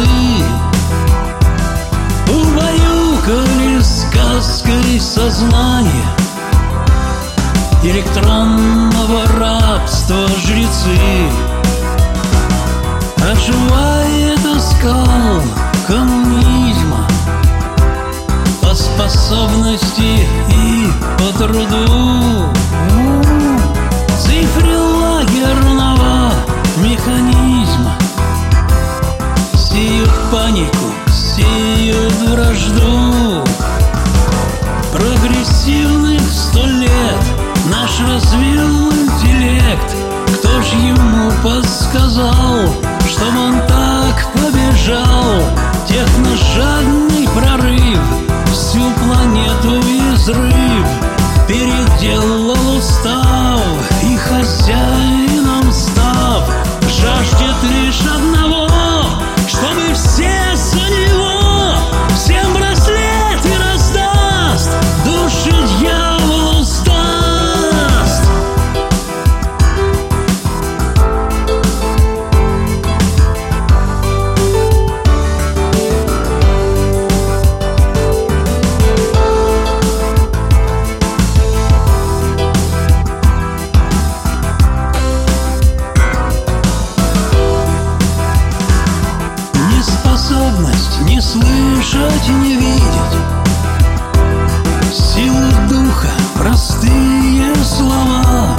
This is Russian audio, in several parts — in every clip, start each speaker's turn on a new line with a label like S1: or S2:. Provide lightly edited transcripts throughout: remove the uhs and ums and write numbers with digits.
S1: убаюкали сказкой сознание электронного рабства жрецы. Оживает оскал коммунизма по способности и по труду. Цифры лагерного механизма сеют панику, сеют вражду. Прогрессивных 100 лет наш развил интеллект. Кто ж ему подсказал, чтобы он так побежал? Техножадный прорыв всю планету изрыв, переделал устав и хозяином став, жаждет лишь одного, чтобы все за него, всем браслеты раздаст, души дьяволу сдаст. Не слышать, не видеть, силы духа, простые слова.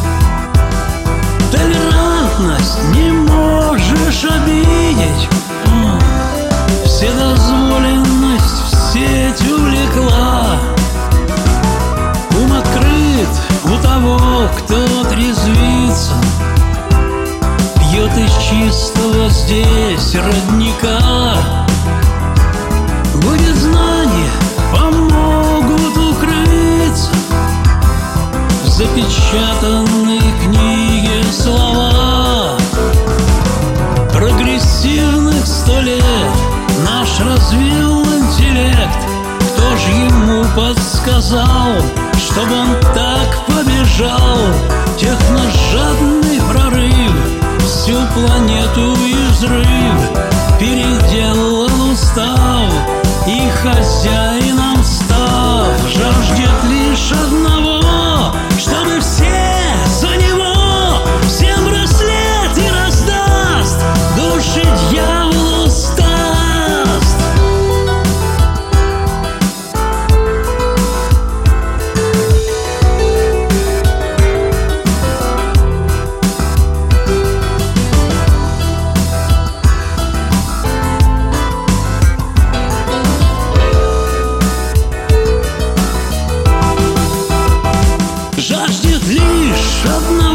S1: Толерантность не можешь обидеть, вседозволенность в сеть увлекла. Ум открыт у того, кто трезвится, пьет из чистого здесь родника. Будет знание, помогут укрыться в запечатанной книге слова. Прогрессивных 100 лет наш развил интеллект. Кто ж ему подсказал, чтобы он так побежал? Техножадный прорыв всю планету изрыв, переделал устав и хозяином став, жаждет лишь одного, чтобы все за него, всем браслеты раздаст, души дьяволу сдаст. Жаждет лишь одна